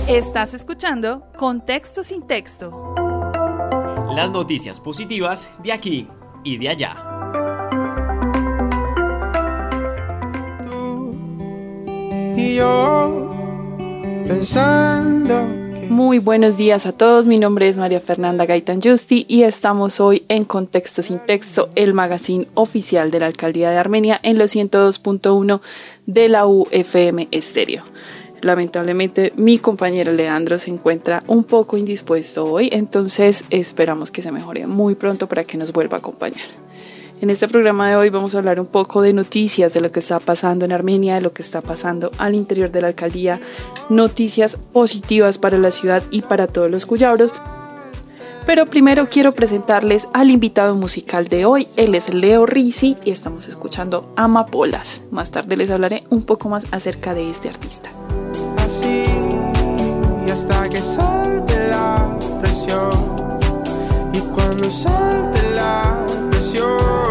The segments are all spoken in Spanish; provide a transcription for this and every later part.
Estás escuchando Contexto sin Texto. Las noticias positivas de aquí y de allá. Tú y yo pensando. Muy buenos días a todos, mi nombre es María Fernanda Gaitán Justi y estamos hoy en Contexto sin Texto, el magazine oficial de la Alcaldía de Armenia en los 102.1 de la UFM Estéreo. Lamentablemente mi compañero Leandro se encuentra un poco indispuesto hoy, entonces esperamos que se mejore muy pronto para que nos vuelva a acompañar. En este programa de hoy vamos a hablar un poco de noticias, de lo que está pasando en Armenia, de lo que está pasando al interior de la alcaldía, noticias positivas para la ciudad y para todos los cuyabros. Pero primero quiero presentarles al invitado musical de hoy. Él es Leo Rizzi y estamos escuchando Amapolas. Más tarde les hablaré un poco más acerca de este artista. Así y hasta que salte la presión, y cuando salte la presión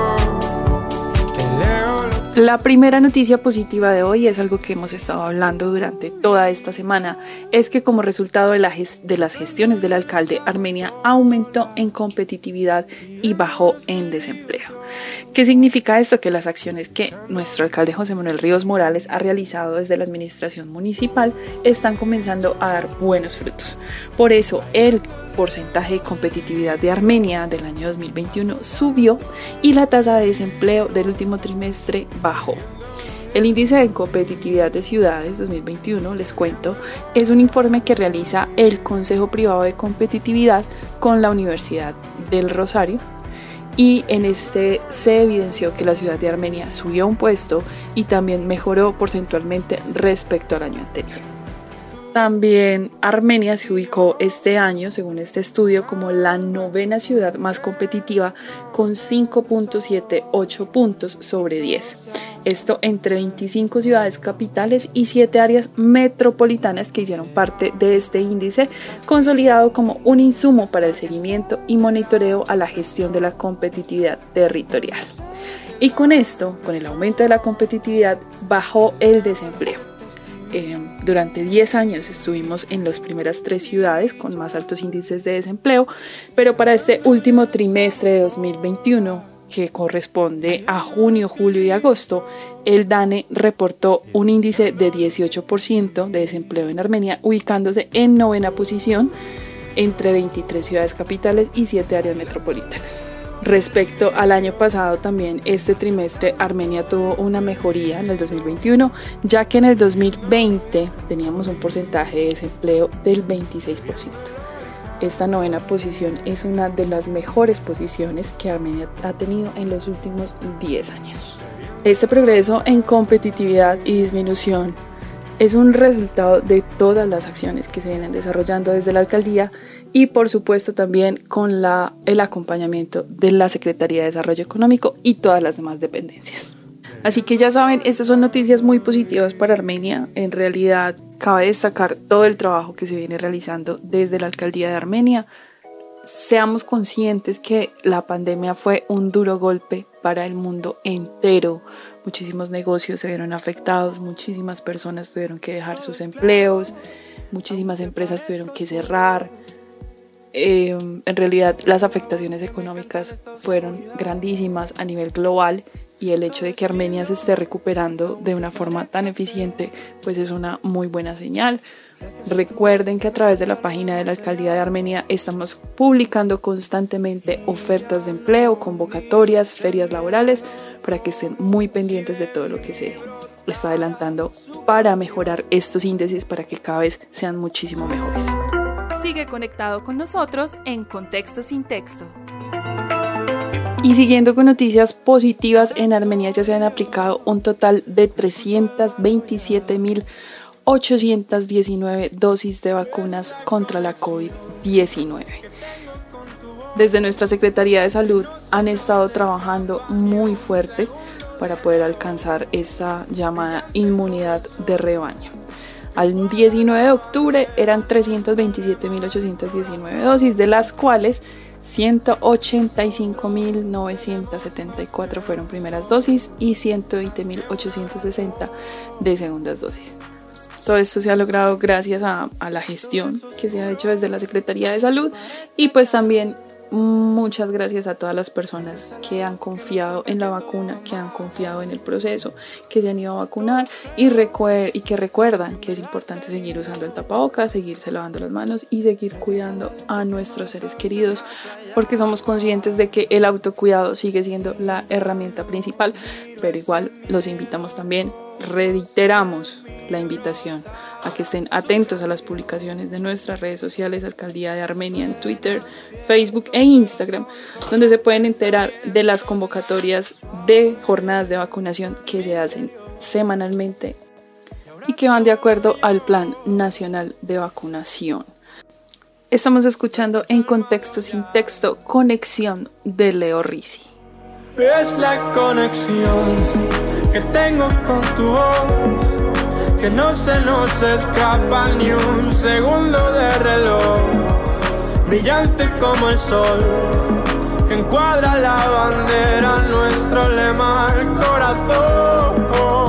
te leo La primera noticia positiva de hoy es algo que hemos estado hablando durante toda esta semana, es que como resultado de las gestiones del alcalde, Armenia aumentó en competitividad y bajó en desempleo. ¿Qué significa esto? Que las acciones que nuestro alcalde José Manuel Ríos Morales ha realizado desde la administración municipal están comenzando a dar buenos frutos. Por eso el porcentaje de competitividad de Armenia del año 2021 subió y la tasa de desempleo del último trimestre bajó. El índice de competitividad de ciudades 2021, les cuento, es un informe que realiza el Consejo Privado de Competitividad con la Universidad del Rosario. Y en este se evidenció que la ciudad de Armenia subió un puesto y también mejoró porcentualmente respecto al año anterior. También Armenia se ubicó este año, según este estudio, como la 9ª ciudad más competitiva con 5.78 puntos sobre 10. Esto entre 25 ciudades capitales y 7 áreas metropolitanas que hicieron parte de este índice, consolidado como un insumo para el seguimiento y monitoreo a la gestión de la competitividad territorial. Y con esto, con el aumento de la competitividad, bajó el desempleo. Durante 10 años estuvimos en las primeras 3 ciudades con más altos índices de desempleo, pero para este último trimestre de 2021, que corresponde a junio, julio y agosto, el DANE reportó un índice de 18% de desempleo en Armenia, ubicándose en 9ª posición entre 23 ciudades capitales y 7 áreas metropolitanas. Respecto al año pasado, también este trimestre Armenia tuvo una mejoría en el 2021, ya que en el 2020 teníamos un porcentaje de desempleo del 26%. Esta 9ª posición es una de las mejores posiciones que Armenia ha tenido en los últimos 10 años. Este progreso en competitividad y disminución es un resultado de todas las acciones que se vienen desarrollando desde la alcaldía y por supuesto también con el acompañamiento de la Secretaría de Desarrollo Económico y todas las demás dependencias. Así que ya saben, estas son noticias muy positivas para Armenia. En realidad cabe destacar todo el trabajo que se viene realizando desde la alcaldía de Armenia. Seamos conscientes que la pandemia fue un duro golpe para el mundo entero. Muchísimos negocios se vieron afectados, muchísimas personas tuvieron que dejar sus empleos, muchísimas empresas tuvieron que cerrar. En realidad las afectaciones económicas fueron grandísimas a nivel global y el hecho de que Armenia se esté recuperando de una forma tan eficiente pues es una muy buena señal. Recuerden que a través de la página de la Alcaldía de Armenia estamos publicando constantemente ofertas de empleo, convocatorias, ferias laborales, para que estén muy pendientes de todo lo que se está adelantando para mejorar estos índices para que cada vez sean muchísimo mejores. Sigue conectado con nosotros en Contexto sin Texto. Y siguiendo con noticias positivas, en Armenia ya se han aplicado un total de 327.819 dosis de vacunas contra la COVID-19. Desde nuestra Secretaría de Salud han estado trabajando muy fuerte para poder alcanzar esta llamada inmunidad de rebaño. Al 19 de octubre eran 327.819 dosis, de las cuales 185.974 fueron primeras dosis y 120.860 de segundas dosis. Todo esto se ha logrado gracias a la gestión que se ha hecho desde la Secretaría de Salud y pues también muchas gracias a todas las personas que han confiado en la vacuna, que han confiado en el proceso, que se han ido a vacunar y que recuerdan que es importante seguir usando el tapabocas, seguirse lavando las manos y seguir cuidando a nuestros seres queridos, porque somos conscientes de que el autocuidado sigue siendo la herramienta principal, pero igual los invitamos también, reiteramos la invitación a que estén atentos a las publicaciones de nuestras redes sociales, Alcaldía de Armenia en Twitter, Facebook e Instagram, donde se pueden enterar de las convocatorias de jornadas de vacunación que se hacen semanalmente y que van de acuerdo al Plan Nacional de Vacunación. Estamos escuchando en Contexto sin Texto, Conexión de Leo Rizzi. Es la conexión que tengo con tu voz, que no se nos escapa ni un segundo de reloj, brillante como el sol, que encuadra la bandera, nuestro lema al corazón.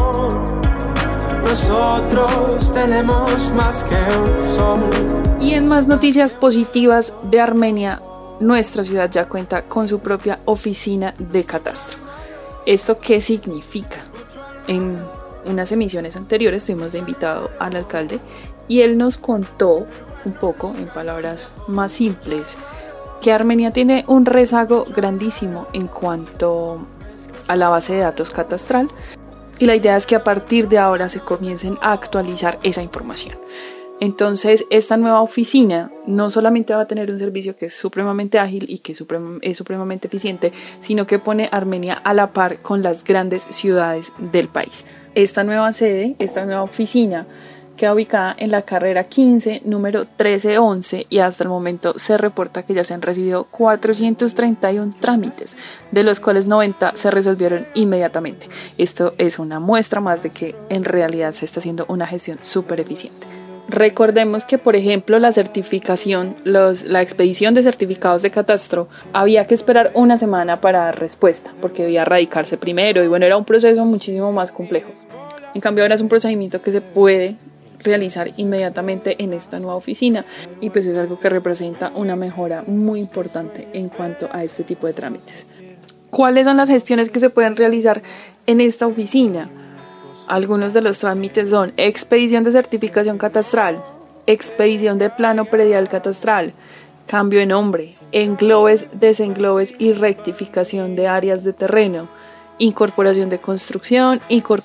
Nosotros tenemos más que un sol. Y en más noticias positivas de Armenia, nuestra ciudad ya cuenta con su propia oficina de catastro. ¿Esto qué significa? En unas emisiones anteriores tuvimos de invitado al alcalde y él nos contó un poco, en palabras más simples, que Armenia tiene un rezago grandísimo en cuanto a la base de datos catastral y la idea es que a partir de ahora se comiencen a actualizar esa información. Entonces, esta nueva oficina no solamente va a tener un servicio que es supremamente ágil y que es supremamente eficiente, sino que pone a Armenia a la par con las grandes ciudades del país. Esta nueva sede, esta nueva oficina, queda ubicada en la carrera 15, número 1311, y hasta el momento se reporta que ya se han recibido 431 trámites, de los cuales 90 se resolvieron inmediatamente. Esto es una muestra más de que en realidad se está haciendo una gestión súper eficiente. Recordemos que, por ejemplo, la certificación, la expedición de certificados de catastro, había que esperar una semana para dar respuesta, porque debía radicarse primero y bueno, era un proceso muchísimo más complejo. En cambio, ahora es un procedimiento que se puede realizar inmediatamente en esta nueva oficina y pues es algo que representa una mejora muy importante en cuanto a este tipo de trámites. ¿Cuáles son las gestiones que se pueden realizar en esta oficina? Algunos de los trámites son expedición de certificación catastral, expedición de plano predial catastral, cambio de nombre, englobes, desenglobes y rectificación de áreas de terreno, incorporación de construcción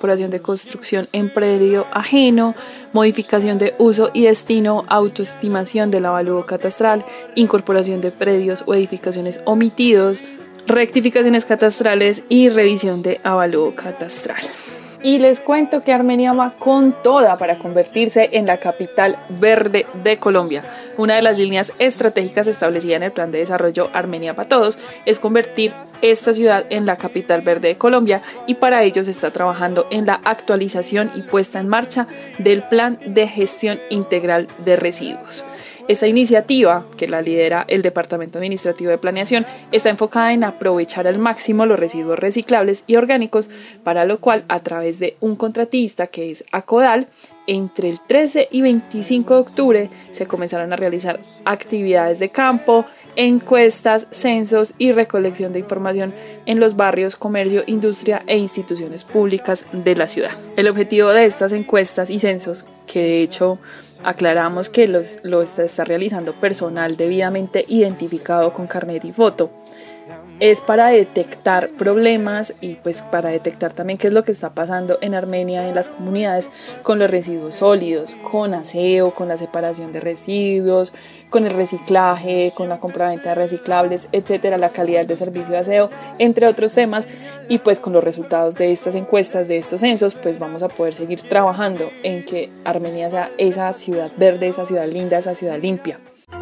en predio ajeno, modificación de uso y destino, autoestimación del avalúo catastral, incorporación de predios o edificaciones omitidos, rectificaciones catastrales y revisión de avalúo catastral. Y les cuento que Armenia va con toda para convertirse en la capital verde de Colombia. Una de las líneas estratégicas establecida en el Plan de Desarrollo Armenia para Todos es convertir esta ciudad en la capital verde de Colombia y para ello se está trabajando en la actualización y puesta en marcha del Plan de Gestión Integral de Residuos. Esta iniciativa, que la lidera el Departamento Administrativo de Planeación, está enfocada en aprovechar al máximo los residuos reciclables y orgánicos, para lo cual, a través de un contratista que es Acodal, entre el 13 y 25 de octubre se comenzaron a realizar actividades de campo, encuestas, censos y recolección de información en los barrios, comercio, industria e instituciones públicas de la ciudad. El objetivo de estas encuestas y censos, que de hecho aclaramos que lo está realizando personal debidamente identificado con carnet y foto, es para detectar problemas y pues para detectar también qué es lo que está pasando en Armenia, en las comunidades, con los residuos sólidos, con aseo, con la separación de residuos, con el reciclaje, con la compraventa de reciclables, etcétera, la calidad de servicio de aseo, entre otros temas. Y pues con los resultados de estas encuestas, de estos censos, pues vamos a poder seguir trabajando en que Armenia sea esa ciudad verde, esa ciudad linda, esa ciudad limpia.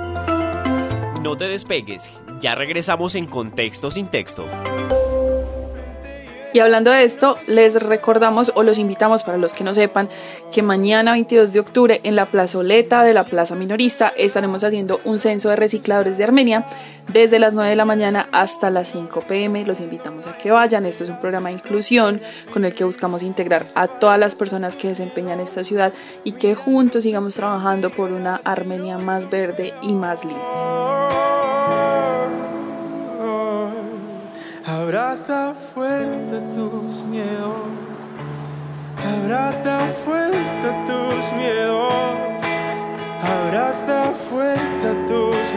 No te despegues, ya regresamos en Contexto sin Texto. Y hablando de esto, les recordamos o los invitamos, para los que no sepan, que mañana 22 de octubre en la plazoleta de la Plaza Minorista estaremos haciendo un censo de recicladores de Armenia desde las 9 de la mañana hasta las 5 p.m. Los invitamos a que vayan. Esto es un programa de inclusión con el que buscamos integrar a todas las personas que desempeñan esta ciudad y que juntos sigamos trabajando por una Armenia más verde y más limpia. Abraza fuerte tus miedos, abraza fuerte tus miedos, abraza fuerte tus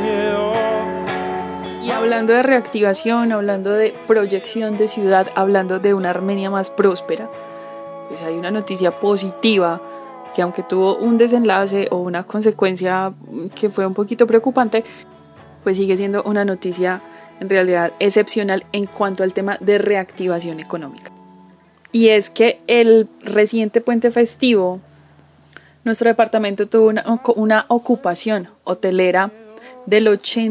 miedos. Y hablando de reactivación, hablando de proyección de ciudad, hablando de una Armenia más próspera, pues hay una noticia positiva que, aunque tuvo un desenlace o una consecuencia que fue un poquito preocupante, pues sigue siendo una noticia en realidad excepcional en cuanto al tema de reactivación económica. Y es que el reciente puente festivo, nuestro departamento tuvo una ocupación hotelera del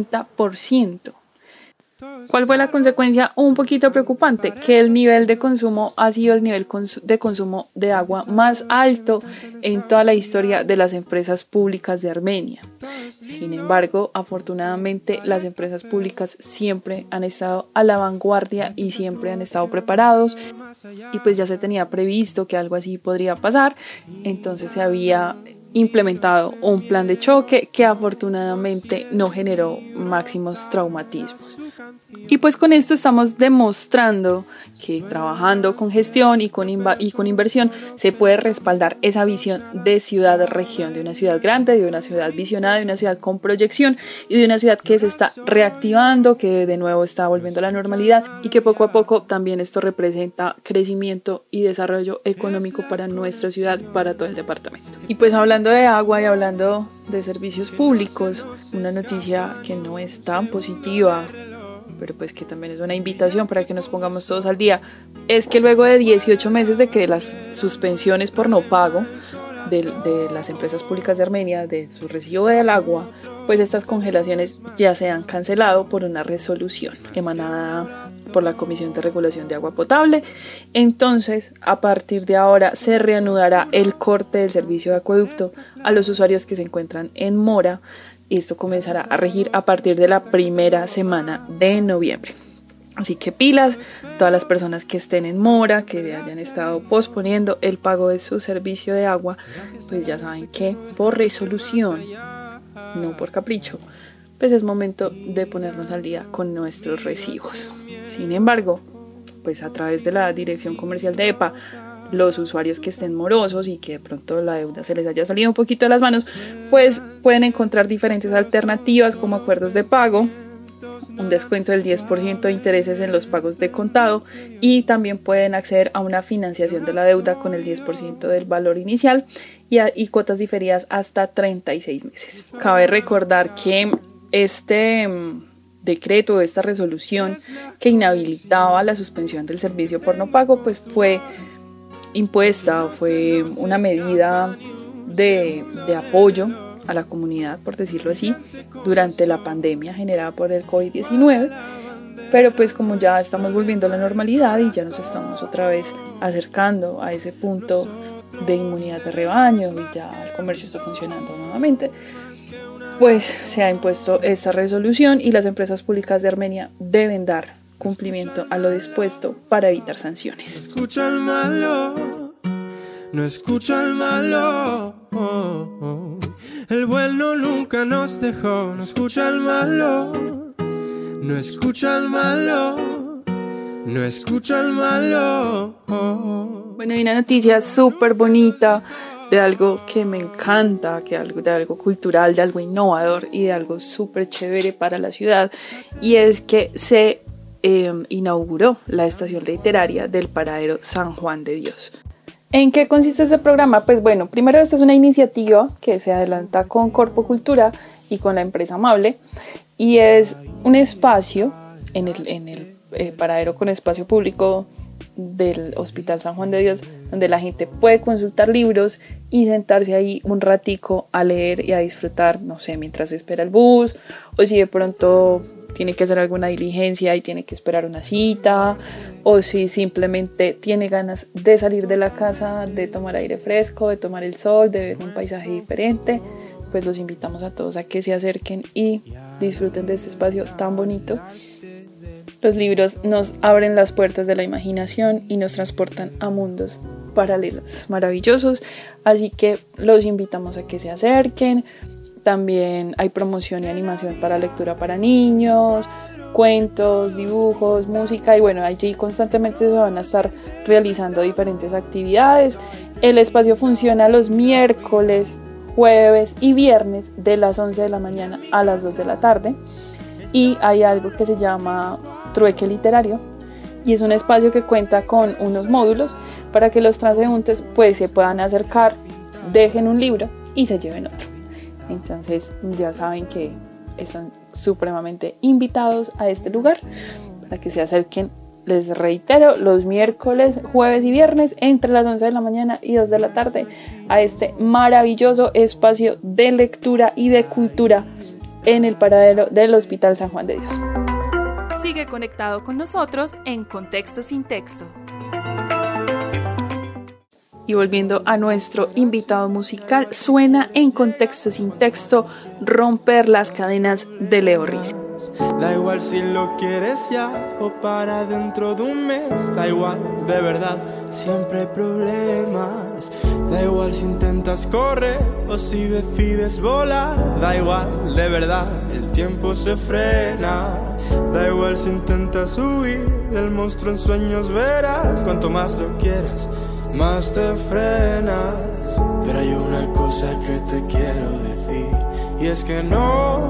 80%. ¿Cuál fue la consecuencia? Un poquito preocupante, que el nivel de consumo ha sido el nivel de consumo de agua más alto en toda la historia de las empresas públicas de Armenia. Sin embargo, afortunadamente, las empresas públicas siempre han estado a la vanguardia y siempre han estado preparados, y pues ya se tenía previsto que algo así podría pasar. Entonces se había implementado un plan de choque que afortunadamente no generó máximos traumatismos. Y pues con esto estamos demostrando que trabajando con gestión y con inversión se puede respaldar esa visión de ciudad-región, de una ciudad grande, de una ciudad visionada, de una ciudad con proyección y de una ciudad que se está reactivando, que de nuevo está volviendo a la normalidad y que poco a poco también esto representa crecimiento y desarrollo económico para nuestra ciudad, para todo el departamento. Y pues hablando de agua y hablando de servicios públicos, una noticia que no es tan positiva, pero pues que también es una invitación para que nos pongamos todos al día, es que luego de 18 meses de que las suspensiones por no pago de las empresas públicas de Armenia, de su recibo del agua, pues estas congelaciones ya se han cancelado por una resolución emanada por la Comisión de Regulación de Agua Potable. Entonces, a partir de ahora se reanudará el corte del servicio de acueducto a los usuarios que se encuentran en mora. Esto comenzará a regir a partir de la primera semana de noviembre. Así que pilas, todas las personas que estén en mora, que hayan estado posponiendo el pago de su servicio de agua, pues ya saben que por resolución, no por capricho, pues es momento de ponernos al día con nuestros recibos. Sin embargo, pues a través de la Dirección Comercial de EPA, los usuarios que estén morosos y que de pronto la deuda se les haya salido un poquito de las manos, pues pueden encontrar diferentes alternativas como acuerdos de pago, un descuento del 10% de intereses en los pagos de contado, y también pueden acceder a una financiación de la deuda con el 10% del valor inicial y cuotas diferidas hasta 36 meses. Cabe recordar que este decreto, esta resolución que inhabilitaba la suspensión del servicio por no pago, pues fue impuesta, fue una medida de apoyo a la comunidad, por decirlo así, durante la pandemia generada por el COVID-19, pero pues como ya estamos volviendo a la normalidad y ya nos estamos otra vez acercando a ese punto de inmunidad de rebaño y ya el comercio está funcionando nuevamente, pues se ha impuesto esta resolución y las empresas públicas de Armenia deben dar cumplimiento a lo dispuesto para evitar sanciones. No escucho al malo, no escucho al malo, el bueno nunca nos dejó. No escucho al malo, no escucho al malo, no escucho al malo. Bueno, hay una noticia súper bonita de algo que me encanta, de algo cultural, de algo innovador y de algo súper chévere para la ciudad, y es que se inauguró la estación literaria del paradero San Juan de Dios. ¿En qué consiste este programa? Pues bueno, primero esta es una iniciativa que se adelanta con Corpo Cultura y con la empresa Amable, y es un espacio en el paradero con espacio público del Hospital San Juan de Dios, donde la gente puede consultar libros y sentarse ahí un ratico a leer y a disfrutar, no sé, mientras espera el bus, o si de pronto tiene que hacer alguna diligencia y tiene que esperar una cita, o si simplemente tiene ganas de salir de la casa, de tomar aire fresco, de tomar el sol, de ver un paisaje diferente, pues los invitamos a todos a que se acerquen y disfruten de este espacio tan bonito. Los libros nos abren las puertas de la imaginación y nos transportan a mundos paralelos maravillosos, así que los invitamos a que se acerquen. También hay promoción y animación para lectura para niños, cuentos, dibujos, música, y bueno, allí constantemente se van a estar realizando diferentes actividades. El espacio funciona los miércoles, jueves y viernes de las 11 de la mañana a las 2 de la tarde, y hay algo que se llama trueque literario, y es un espacio que cuenta con unos módulos para que los transeúntes pues se puedan acercar, dejen un libro y se lleven otro. Entonces ya saben que están supremamente invitados a este lugar para que se acerquen. Les reitero, los miércoles, jueves y viernes entre las 11 de la mañana y 2 de la tarde a este maravilloso espacio de lectura y de cultura en el paradero del Hospital San Juan de Dios. Sigue conectado con nosotros en Contexto sin Texto. Y volviendo a nuestro invitado musical, suena en Contexto sin Texto Romper las cadenas de Leo Rizzi. Da igual si lo quieres ya o para dentro de un mes. Da igual, de verdad, siempre hay problemas. Da igual si intentas correr o si decides volar. Da igual, de verdad, el tiempo se frena. Da igual si intentas huir del monstruo en sueños verás. Cuanto más lo quieras, más te frenas. Pero hay una cosa que te quiero decir, y es que no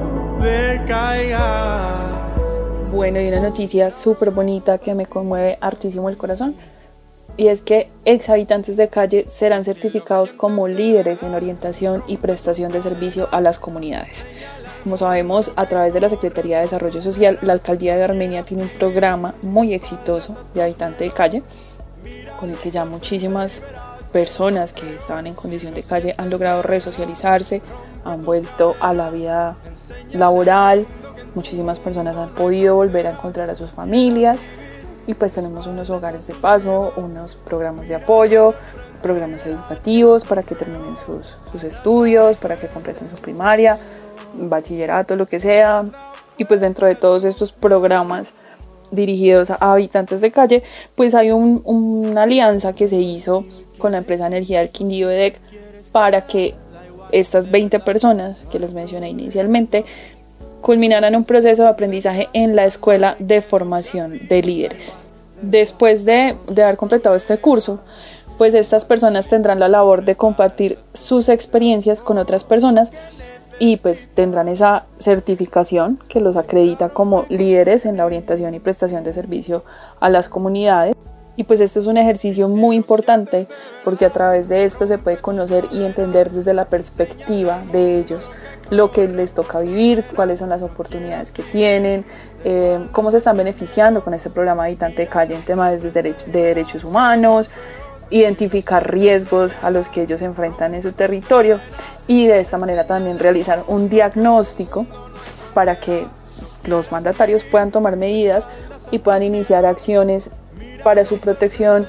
decaigas. Bueno, y una noticia súper bonita que me conmueve hartísimo el corazón, y es que ex habitantes de calle serán certificados como líderes en orientación y prestación de servicio a las comunidades. Como sabemos, a través de la Secretaría de Desarrollo Social, la Alcaldía de Armenia tiene un programa muy exitoso de habitante de calle, con el que ya muchísimas personas que estaban en condición de calle han logrado resocializarse, han vuelto a la vida laboral, muchísimas personas han podido volver a encontrar a sus familias, y pues tenemos unos hogares de paso, unos programas de apoyo, programas educativos para que terminen sus estudios, para que completen su primaria, bachillerato, lo que sea. Y pues dentro de todos estos programas dirigidos a habitantes de calle, pues hay una alianza que se hizo con la empresa Energía del Quindío EDEC para que estas 20 personas que les mencioné inicialmente culminaran un proceso de aprendizaje en la Escuela de Formación de Líderes. Después de haber completado este curso, pues estas personas tendrán la labor de compartir sus experiencias con otras personas y pues tendrán esa certificación que los acredita como líderes en la orientación y prestación de servicio a las comunidades. Y pues este es un ejercicio muy importante porque a través de esto se puede conocer y entender desde la perspectiva de ellos lo que les toca vivir, cuáles son las oportunidades que tienen, cómo se están beneficiando con este programa Habitante de Calle en temas de derechos humanos, identificar riesgos a los que ellos se enfrentan en su territorio y de esta manera también realizar un diagnóstico para que los mandatarios puedan tomar medidas y puedan iniciar acciones para su protección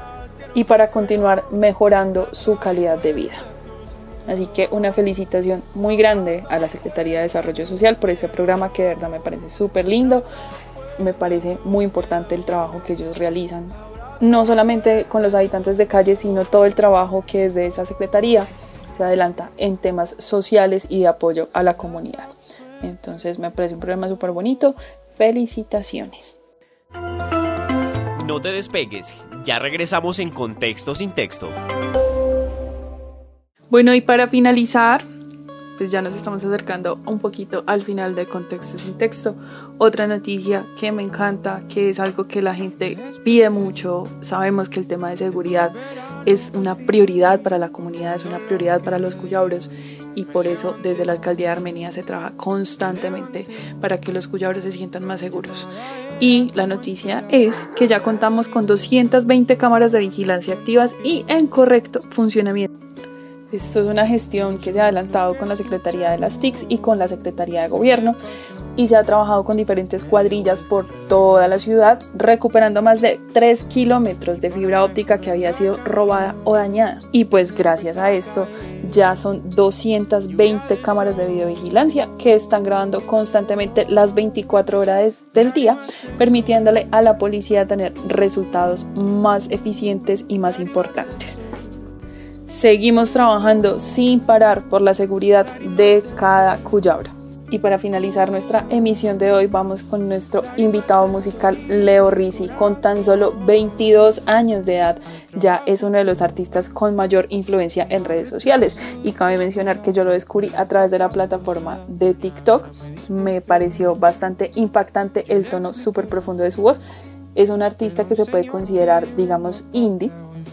y para continuar mejorando su calidad de vida. Así que una felicitación muy grande a la Secretaría de Desarrollo Social por este programa que de verdad me parece súper lindo. Me parece muy importante el trabajo que ellos realizan, no solamente con los habitantes de calle, sino todo el trabajo que desde esa Secretaría se adelanta en temas sociales y de apoyo a la comunidad. Entonces me parece un programa súper bonito. Felicitaciones. No te despegues, ya regresamos en Contexto sin Texto. Bueno, y para finalizar, pues ya nos estamos acercando un poquito al final de Contexto sin Texto. Otra noticia que me encanta, que es algo que la gente pide mucho. Sabemos que el tema de seguridad es una prioridad para la comunidad, es una prioridad para los cuyabros, y por eso desde la Alcaldía de Armenia se trabaja constantemente para que los cuyabros se sientan más seguros. Y la noticia es que ya contamos con 220 cámaras de vigilancia activas y en correcto funcionamiento. Esto es una gestión que se ha adelantado con la Secretaría de las TICs y con la Secretaría de Gobierno y se ha trabajado con diferentes cuadrillas por toda la ciudad, recuperando más de 3 kilómetros de fibra óptica que había sido robada o dañada. Y pues gracias a esto ya son 220 cámaras de videovigilancia que están grabando constantemente las 24 horas del día, permitiéndole a la policía tener resultados más eficientes y más importantes. Seguimos trabajando sin parar por la seguridad de cada cuyabra. Y para finalizar nuestra emisión de hoy vamos con nuestro invitado musical Leo Rizzi. Con tan solo 22 años de edad ya es uno de los artistas con mayor influencia en redes sociales, y cabe mencionar que yo lo descubrí a través de la plataforma de TikTok. Me pareció bastante impactante el tono súper profundo de su voz. Es un artista que se puede considerar, digamos, indie.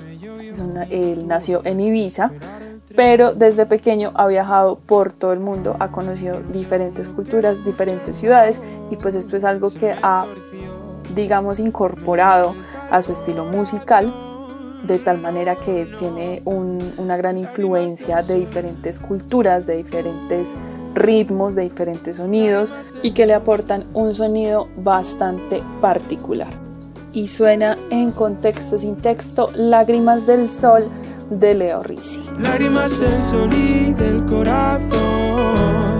Él nació en Ibiza, pero desde pequeño ha viajado por todo el mundo, ha conocido diferentes culturas, diferentes ciudades, y pues esto es algo que ha, digamos, incorporado a su estilo musical, de tal manera que tiene una gran influencia de diferentes culturas, de diferentes ritmos, de diferentes sonidos, y que le aportan un sonido bastante particular. Y suena en Contexto sin Texto, Lágrimas del Sol, de Leo Rizzi. Lágrimas del sol y del corazón,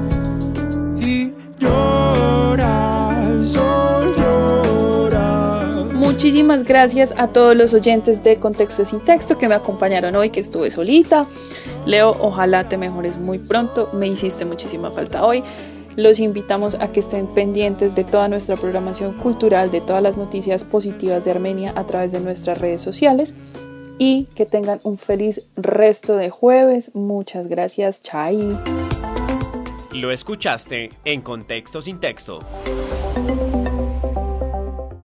y llora, el sol llora. Muchísimas gracias a todos los oyentes de Contexto sin Texto que me acompañaron hoy, que estuve solita. Leo, ojalá te mejores muy pronto, me hiciste muchísima falta hoy. Los invitamos a que estén pendientes de toda nuestra programación cultural, de todas las noticias positivas de Armenia a través de nuestras redes sociales, y que tengan un feliz resto de jueves. Muchas gracias, chai. Lo escuchaste en Contexto sin Texto.